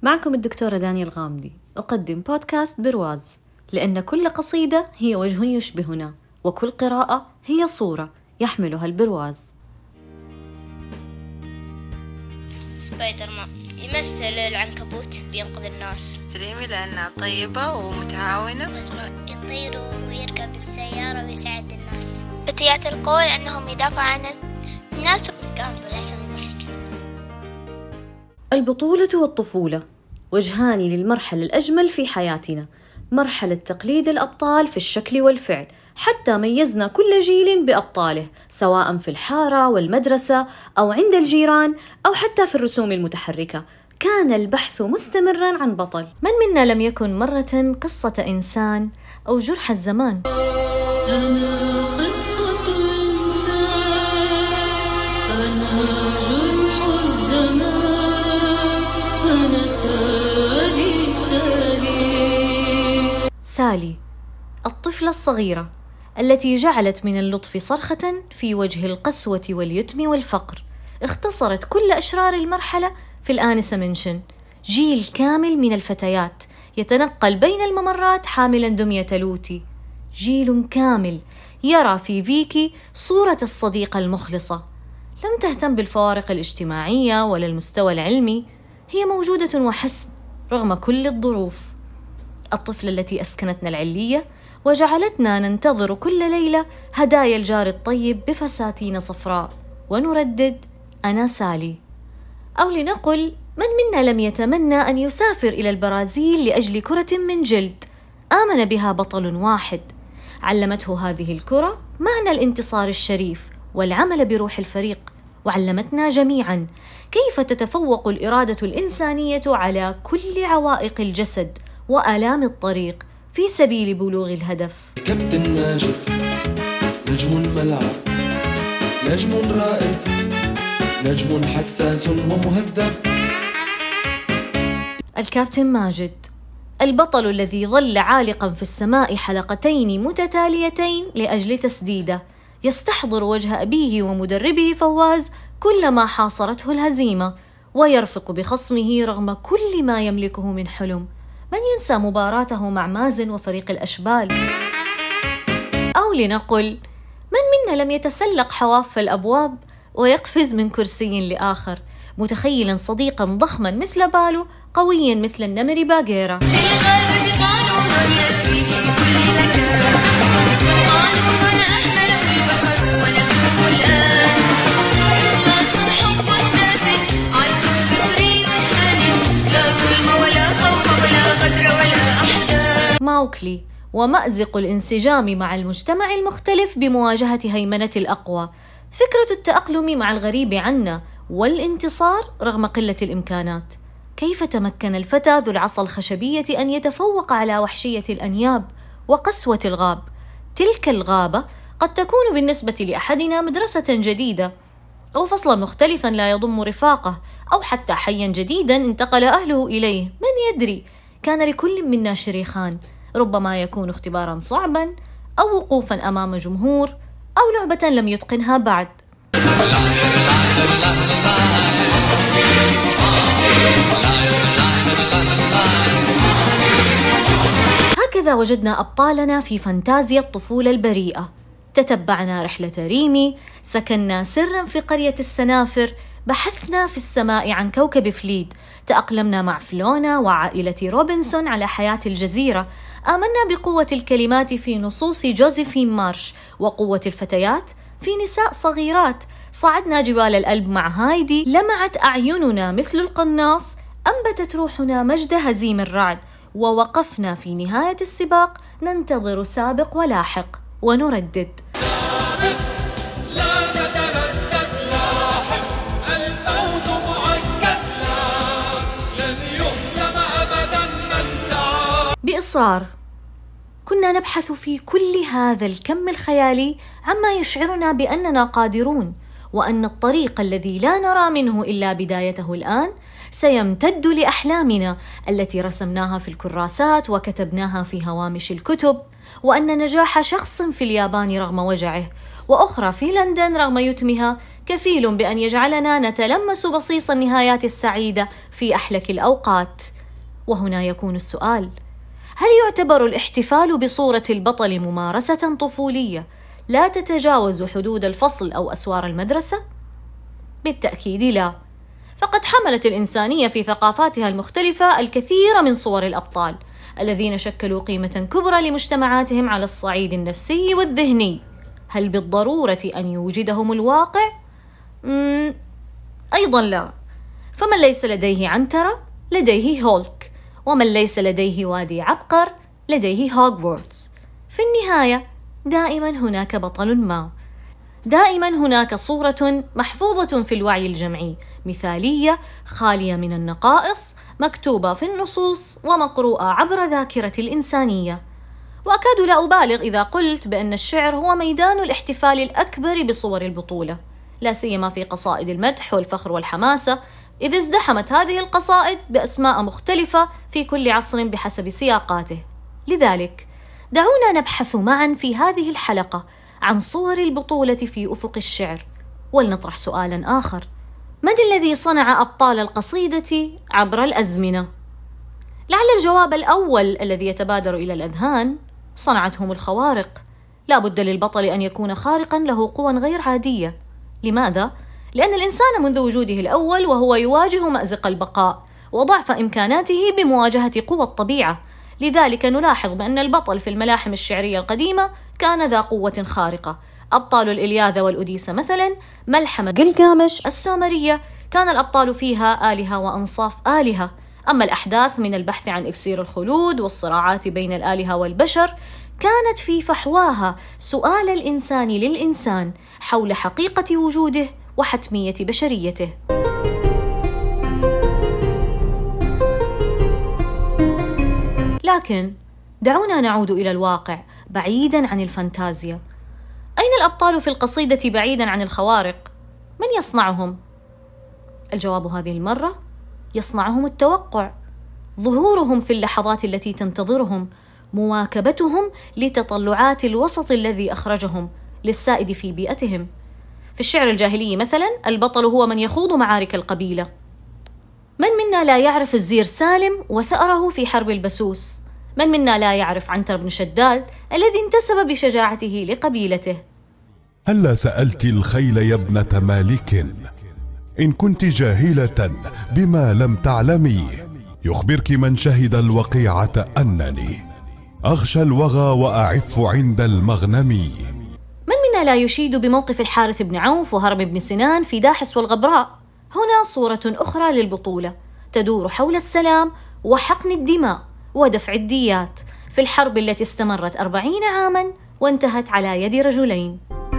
معكم الدكتورة دانيا الغامدي، أقدم بودكاست برواز، لأن كل قصيدة هي وجه يشبهنا، وكل قراءة هي صورة يحملها البرواز. سبايدر مان يمثل العنكبوت بينقذ الناس. تريمي لأنها طيبة ومتعاونة. يطير ويركب السيارة ويساعد الناس. بتيات القول أنهم يدافعوا عن الناس. كامبل عشان يضحك. البطولة والطفولة وجهان للمرحلة الأجمل في حياتنا، مرحلة تقليد الأبطال في الشكل والفعل، حتى ميزنا كل جيل بأبطاله، سواء في الحارة والمدرسة أو عند الجيران أو حتى في الرسوم المتحركة. كان البحث مستمراً عن بطل. من منا لم يكن مرة قصة إنسان أو جرح الزمان؟ أنا قصة إنسان، أنا جرح الزمان، أنا سالي الطفلة الصغيرة التي جعلت من اللطف صرخة في وجه القسوة واليتم والفقر. اختصرت كل أشرار المرحلة في الآنسة منشن، جيل كامل من الفتيات يتنقل بين الممرات حاملا دمية لوتي، جيل كامل يرى في فيكي صورة الصديقة المخلصة، لم تهتم بالفوارق الاجتماعية ولا المستوى العلمي، هي موجودة وحسب رغم كل الظروف. الطفلة التي أسكنتنا العلية وجعلتنا ننتظر كل ليلة هدايا الجار الطيب بفساتين صفراء ونردد أنا سالي. أو لنقل من منا لم يتمنى أن يسافر إلى البرازيل لأجل كرة من جلد آمن بها بطل واحد، علمته هذه الكرة معنى الانتصار الشريف والعمل بروح الفريق، وعلمتنا جميعا كيف تتفوق الإرادة الإنسانية على كل عوائق الجسد وآلام الطريق في سبيل بلوغ الهدف. كابتن ماجد نجم الملعب، نجم رائد، نجم حساس ومهذب. الكابتن ماجد البطل الذي ظل عالقا في السماء حلقتين متتاليتين لأجل تسديده، يستحضر وجه أبيه ومدربه فواز كلما حاصرته الهزيمة، ويرفق بخصمه رغم كل ما يملكه من حلم. من ينسى مباراته مع مازن وفريق الأشبال؟ أو لنقل من منا لم يتسلق حواف الأبواب ويقفز من كرسي لآخر متخيلا صديقا ضخما مثل بالو قويا مثل النمر باغيرا. في الغابة قانون يسري في كل مكان، قانون أحمله البشر ونفسه الآن، إخلاص حب دافئ عيش فطري حنين، لا ظلم ولا خوف ولا غدر ولا أحزان. ماوكلي ومأزق الانسجام مع المجتمع المختلف بمواجهة هيمنة الأقوى، فكرة التأقلم مع الغريب عنا والانتصار رغم قلة الإمكانات. كيف تمكن الفتى ذو العصا الخشبية أن يتفوق على وحشية الأنياب وقسوة الغاب؟ تلك الغابة قد تكون بالنسبة لأحدنا مدرسة جديدة أو فصلا مختلفا لا يضم رفاقه، أو حتى حيا جديدا انتقل أهله إليه، من يدري؟ كان لكل منا شريخان، ربما يكون اختبارا صعبا أو وقوفا أمام جمهور أو لعبة لم يتقنها بعد. هكذا وجدنا أبطالنا في فانتازيا الطفولة البريئة. تتبعنا رحلة ريمي، سكننا سرا في قرية السنافر، بحثنا في السماء عن كوكب فليد، تأقلمنا مع فلونا وعائلة روبنسون على حياة الجزيرة، آمنا بقوة الكلمات في نصوص جوزيفين مارش وقوة الفتيات في نساء صغيرات، صعدنا جبال الألب مع هايدي، لمعت أعيننا مثل القناص، أنبتت روحنا مجد هزيم الرعد، ووقفنا في نهاية السباق ننتظر سابق ولاحق ونردد لا نتردد لاحق، الفوز مؤكد، لن يهزم أبدا من سعى. بإصرار كنا نبحث في كل هذا الكم الخيالي عما يشعرنا بأننا قادرون، وأن الطريق الذي لا نرى منه إلا بدايته الآن سيمتد لأحلامنا التي رسمناها في الكراسات وكتبناها في هوامش الكتب، وأن نجاح شخص في اليابان رغم وجعه وأخرى في لندن رغم يتمها كفيل بأن يجعلنا نتلمس بصيص النهايات السعيدة في أحلك الأوقات. وهنا يكون السؤال: هل يعتبر الاحتفال بصورة البطل ممارسة طفولية لا تتجاوز حدود الفصل أو أسوار المدرسة؟ بالتأكيد لا، فقد حملت الإنسانية في ثقافاتها المختلفة الكثير من صور الأبطال الذين شكلوا قيمة كبرى لمجتمعاتهم على الصعيد النفسي والذهني. هل بالضرورة أن يوجدهم الواقع؟ أيضا لا، فمن ليس لديه عنترة لديه هولك، ومن ليس لديه وادي عبقر لديه هوغوارتس. في النهاية دائما هناك بطل ما، دائما هناك صورة محفوظة في الوعي الجمعي، مثالية خالية من النقائص، مكتوبة في النصوص ومقروءة عبر ذاكرة الإنسانية. وأكاد لا أبالغ إذا قلت بأن الشعر هو ميدان الاحتفال الأكبر بصور البطولة، لا سيما في قصائد المدح والفخر والحماسة، إذ ازدحمت هذه القصائد بأسماء مختلفة في كل عصر بحسب سياقاته. لذلك دعونا نبحث معا في هذه الحلقة عن صور البطولة في أفق الشعر، ولنطرح سؤالا آخر: من الذي صنع أبطال القصيدة عبر الأزمنة؟ لعل الجواب الأول الذي يتبادر إلى الأذهان: صنعتهم الخوارق. لا بد للبطل أن يكون خارقا له قوى غير عادية. لماذا؟ لأن الإنسان منذ وجوده الأول وهو يواجه مأزق البقاء وضعف إمكاناته بمواجهة قوى الطبيعة. لذلك نلاحظ بأن البطل في الملاحم الشعرية القديمة كان ذا قوة خارقة. أبطال الإلياذة والأوديسة مثلا، ملحمة جلجامش السومرية، كان الأبطال فيها آلهة وأنصاف آلهة. أما الأحداث من البحث عن إكسير الخلود والصراعات بين الآلهة والبشر كانت في فحواها سؤال الإنسان للإنسان حول حقيقة وجوده وحتمية بشريته. لكن دعونا نعود إلى الواقع بعيداً عن الفانتازيا. أين الأبطال في القصيدة بعيداً عن الخوارق؟ من يصنعهم؟ الجواب هذه المرة: يصنعهم التوقع، ظهورهم في اللحظات التي تنتظرهم، مواكبتهم لتطلعات الوسط الذي أخرجهم للسائد في بيئتهم. في الشعر الجاهلي مثلا، البطل هو من يخوض معارك القبيلة. من منا لا يعرف الزير سالم وثأره في حرب البسوس؟ من منا لا يعرف عنتر بن شداد الذي انتسب بشجاعته لقبيلته؟ هلا سألت الخيل يا ابنة مالك إن كنت جاهلة بما لم تعلمي، يخبرك من شهد الوقيعة أنني أغشى الوغى وأعف عند المغنم. من منا لا يشيد بموقف الحارث بن عوف وهرب بن سنان في داحس والغبراء؟ هنا صورة أخرى للبطولة تدور حول السلام وحقن الدماء ودفع الديات في الحرب التي استمرت 40 عاما وانتهت على يد رجلين.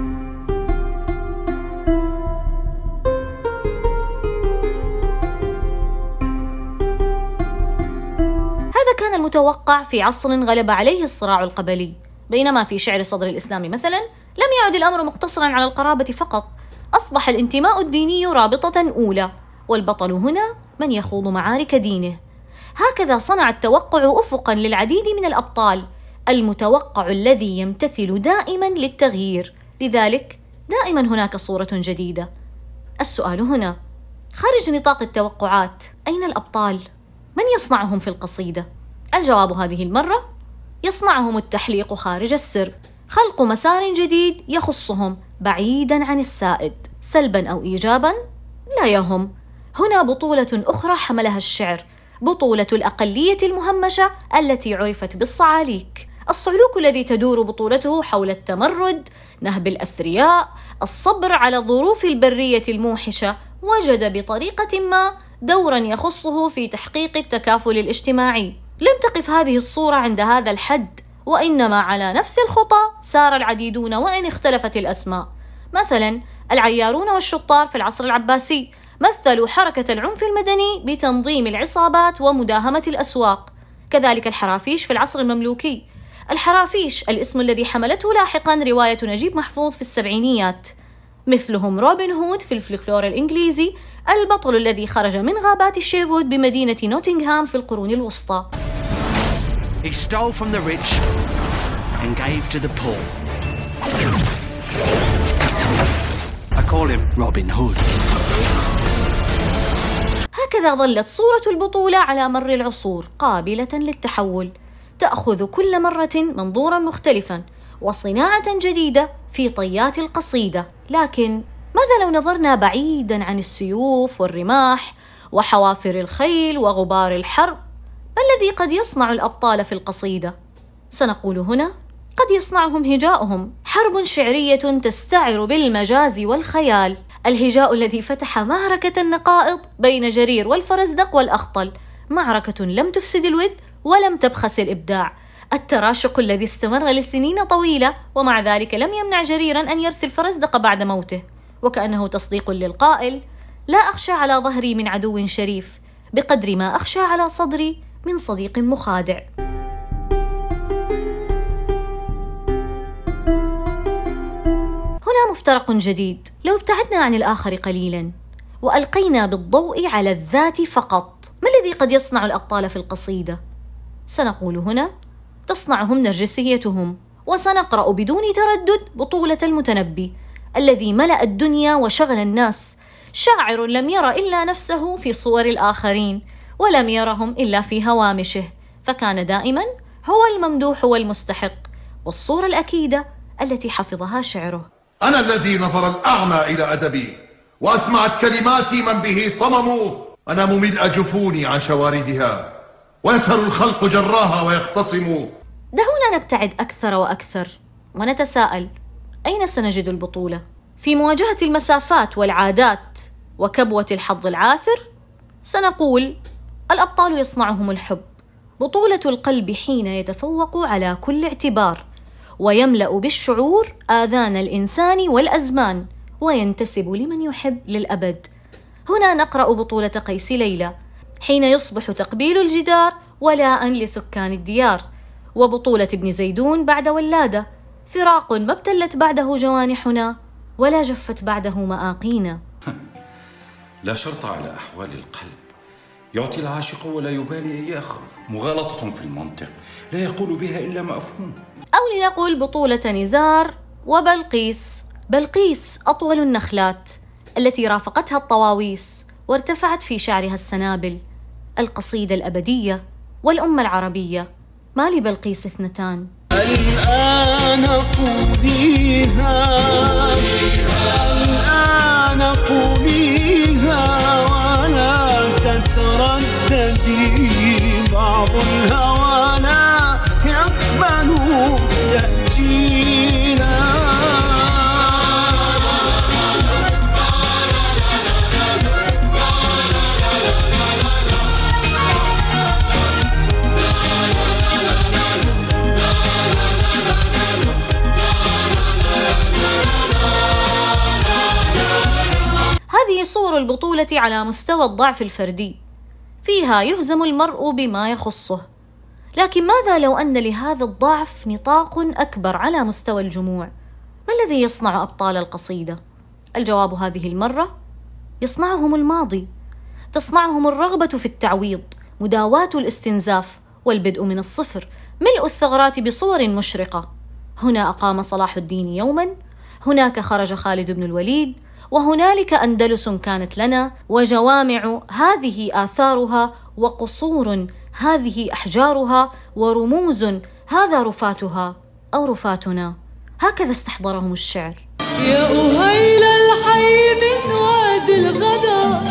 هذا كان المتوقع في عصر غلب عليه الصراع القبلي، بينما في شعر صدر الإسلام مثلا لم يعد الأمر مقتصرا على القرابة فقط، أصبح الانتماء الديني رابطة أولى، والبطل هنا من يخوض معارك دينه. هكذا صنع التوقع أفقا للعديد من الأبطال، المتوقع الذي يمتثل دائما للتغيير، لذلك دائما هناك صورة جديدة. السؤال هنا: خارج نطاق التوقعات أين الأبطال؟ من يصنعهم في القصيدة؟ الجواب هذه المرة: يصنعهم التحليق خارج السر، خلق مسار جديد يخصهم بعيدا عن السائد، سلبا أو إيجابا لا يهم. هنا بطولة أخرى حملها الشعر، بطولة الأقلية المهمشة التي عرفت بالصعاليك، الصعلوك الذي تدور بطولته حول التمرد، نهب الأثرياء، الصبر على الظروف البرية الموحشة، وجد بطريقة ما دورا يخصه في تحقيق التكافل الاجتماعي. لم تقف هذه الصورة عند هذا الحد، وإنما على نفس الخطى سار العديدون وإن اختلفت الأسماء. مثلا العيارون والشطار في العصر العباسي مثلوا حركة العنف المدني بتنظيم العصابات ومداهمة الأسواق، كذلك الحرافيش في العصر المملوكي. الحرافيش الاسم الذي حملته لاحقا رواية نجيب محفوظ في السبعينيات. مثلهم روبن هود في الفلكلور الإنجليزي، البطل الذي خرج من غابات شيروود بمدينة نوتنغهام في القرون الوسطى. He stole from the rich and gave to the poor. A call him Robin Hood. هكذا ظلت صورة البطولة على مر العصور قابلة للتحول، تأخذ كل مرة منظوراً مختلفاً وصناعة جديدة في طيات القصيدة. لكن ماذا لو نظرنا بعيداً عن السيوف والرماح وحوافر الخيل وغبار الحرب؟ ما الذي قد يصنع الأبطال في القصيدة؟ سنقول هنا: قد يصنعهم هجاؤهم، حرب شعرية تستعر بالمجاز والخيال. الهجاء الذي فتح معركة النقائض بين جرير والفرزدق والأخطل، معركة لم تفسد الود ولم تبخس الإبداع. التراشق الذي استمر لسنين طويلة ومع ذلك لم يمنع جريرا أن يرثي الفرزدق بعد موته، وكأنه تصديق للقائل: لا أخشى على ظهري من عدو شريف بقدر ما أخشى على صدري من صديق مخادع. هنا مفترق جديد. لو ابتعدنا عن الآخر قليلا وألقينا بالضوء على الذات فقط، ما الذي قد يصنع الأبطال في القصيدة؟ سنقول هنا: تصنعهم نرجسيتهم. وسنقرأ بدون تردد بطولة المتنبي الذي ملأ الدنيا وشغل الناس، شاعر لم ير إلا نفسه في صور الآخرين ولم يرهم إلا في هوامشه، فكان دائما هو الممدوح والمستحق والصورة الأكيدة التي حفظها شعره. أنا الذي نظر الأعمى إلى أدبي وأسمعت كلماتي من به صمموا. أنا مملء جفوني عن شواردها ويسهر الخلق جراها ويختصموا. دعونا نبتعد أكثر وأكثر ونتساءل: أين سنجد البطولة؟ في مواجهة المسافات والعادات وكبوة الحظ العاثر؟ سنقول: الأبطال يصنعهم الحب، بطولة القلب حين يتفوق على كل اعتبار ويملأ بالشعور آذان الإنسان والأزمان وينتسب لمن يحب للأبد. هنا نقرأ بطولة قيس ليلى حين يصبح تقبيل الجدار ولاء لسكان الديار، وبطولة ابن زيدون بعد ولادة، فراق ما ابتلت بعده جوانحنا ولا جفت بعده مآقينا. لا شرط على أحوال القلب، يعطي العاشق ولا يبالي أن يأخذ، مغالطة في المنطق لا يقول بها إلا ما أفهم. أو لنقول بطولة نزار وبلقيس. بلقيس أطول النخلات التي رافقتها الطواويس وارتفعت في شعرها السنابل، القصيدة الأبدية والأمة العربية. ما لبلقيس اثنتان. الآن قوليها الآن قوليها ولا تترددي، بعض الهوى لا يقبل تأجيلا. هذه صور البطولة على مستوى الضعف الفردي، فيها يهزم المرء بما يخصه. لكن ماذا لو أن لهذا الضعف نطاق أكبر على مستوى الجموع؟ ما الذي يصنع أبطال القصيدة؟ الجواب هذه المرة: يصنعهم الماضي، تصنعهم الرغبة في التعويض، مداواة الاستنزاف والبدء من الصفر، ملء الثغرات بصور مشرقة. هنا أقام صلاح الدين يوما، هناك خرج خالد بن الوليد، وهنالك أندلس كانت لنا، وجوامع هذه آثارها، وقصور هذه أحجارها، ورموز هذا رفاتها أو رفاتنا. هكذا استحضرهم الشعر. يا أهيل الحي من وادي الغدا،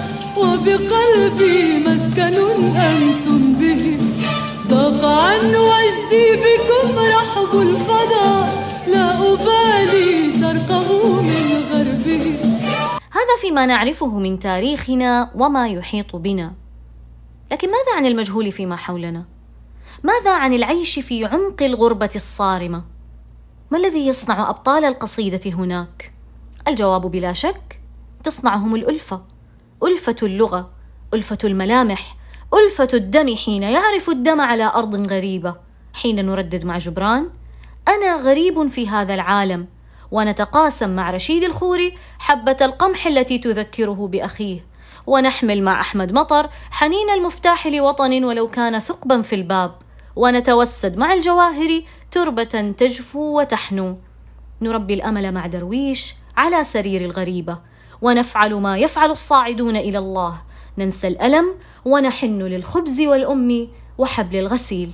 وبقلبي مسكن أنتم به، ضاق عن وجدي بكم رحب الفضا، لا أبالي شرقه من غربه. هذا فيما نعرفه من تاريخنا وما يحيط بنا. لكن ماذا عن المجهول فيما حولنا؟ ماذا عن العيش في عمق الغربة الصارمة؟ ما الذي يصنع أبطال القصيدة هناك؟ الجواب بلا شك: تصنعهم الألفة، ألفة اللغة، ألفة الملامح، ألفة الدم حين يعرف الدم على أرض غريبة، حين نردد مع جبران: أنا غريب في هذا العالم، ونتقاسم مع رشيد الخوري حبة القمح التي تذكره بأخيه، ونحمل مع أحمد مطر حنين المفتاح لوطن ولو كان ثقبا في الباب، ونتوسد مع الجواهر تربة تجفو وتحنو. نربي الأمل مع درويش على سرير الغريبة، ونفعل ما يفعل الصاعدون إلى الله، ننسى الألم ونحن للخبز والأم وحبل الغسيل.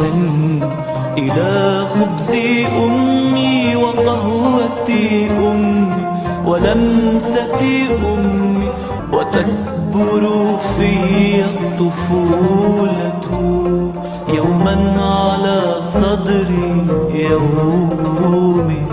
إلى خبز أمي وقهوة أمي ولمسة أمي، وتكبر في الطفولة يوما على صدري يومي،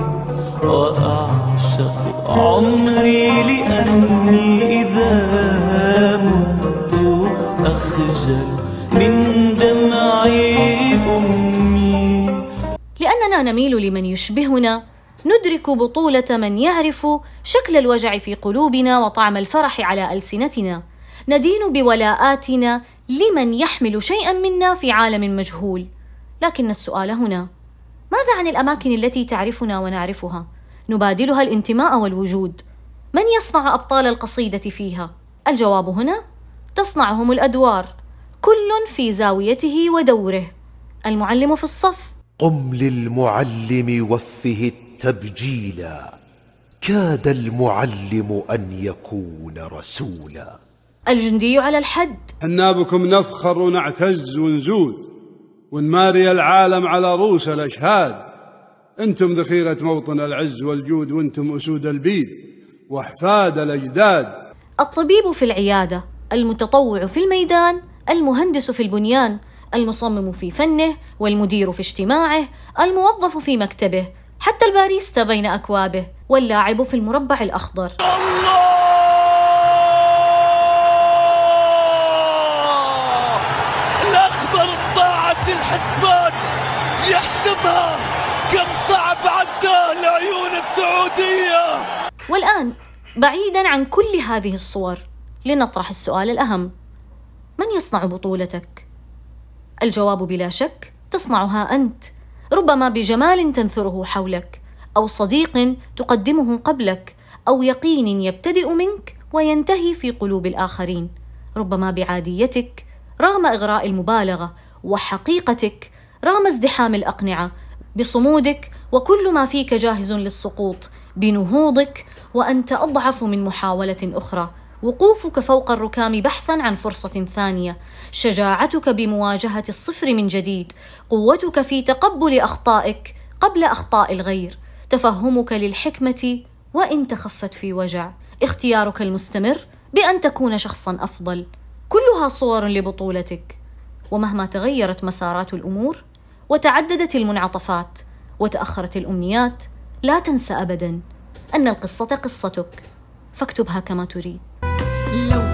وأعشق عمري لأني إذا مت أخجل من دمعي أمي. لأننا نميل لمن يشبهنا، ندرك بطولة من يعرف شكل الوجع في قلوبنا وطعم الفرح على ألسنتنا، ندين بولاءاتنا لمن يحمل شيئا منا في عالم مجهول. لكن السؤال هنا: ماذا عن الأماكن التي تعرفنا ونعرفها؟ نبادلها الانتماء والوجود. من يصنع أبطال القصيدة فيها؟ الجواب هنا: تصنعهم الأدوار، كل في زاويته ودوره. المعلم في الصف: قم للمعلم وفه التبجيلا، كاد المعلم أن يكون رسولا. الجندي على الحد: حنا بكم نفخر ونعتز ونزود، ونماري العالم على رؤوس الأشهاد. أنتم ذخيرة موطن العز والجود، وأنتم أسود البيد وأحفاد الأجداد. الطبيب في العيادة، المتطوع في الميدان، المهندس في البنيان، المصمم في فنه، والمدير في اجتماعه، الموظف في مكتبه، حتى الباريستا بين أكوابه، واللاعب في المربع الأخضر. الأخضر بطاعة الحسبان يحسبها، كم صعب عدى لعيون السعودية. والآن بعيداً عن كل هذه الصور، لنطرح السؤال الأهم: من يصنع بطولتك؟ الجواب بلا شك: تصنعها أنت، ربما بجمال تنثره حولك، أو صديق تقدمه قبلك، أو يقين يبتدئ منك وينتهي في قلوب الآخرين، ربما بعاديتك رغم إغراء المبالغة، وحقيقتك رغم ازدحام الأقنعة، بصمودك وكل ما فيك جاهز للسقوط، بنهوضك وأنت أضعف من محاولة أخرى، وقوفك فوق الركام بحثاً عن فرصة ثانية، شجاعتك بمواجهة الصفر من جديد، قوتك في تقبل أخطائك قبل أخطاء الغير، تفهمك للحكمة وإن تخفت في وجع، اختيارك المستمر بأن تكون شخصاً أفضل، كلها صور لبطولتك. ومهما تغيرت مسارات الأمور وتعددت المنعطفات وتأخرت الأمنيات، لا تنسى أبداً أن القصة قصتك، فاكتبها كما تريد. لو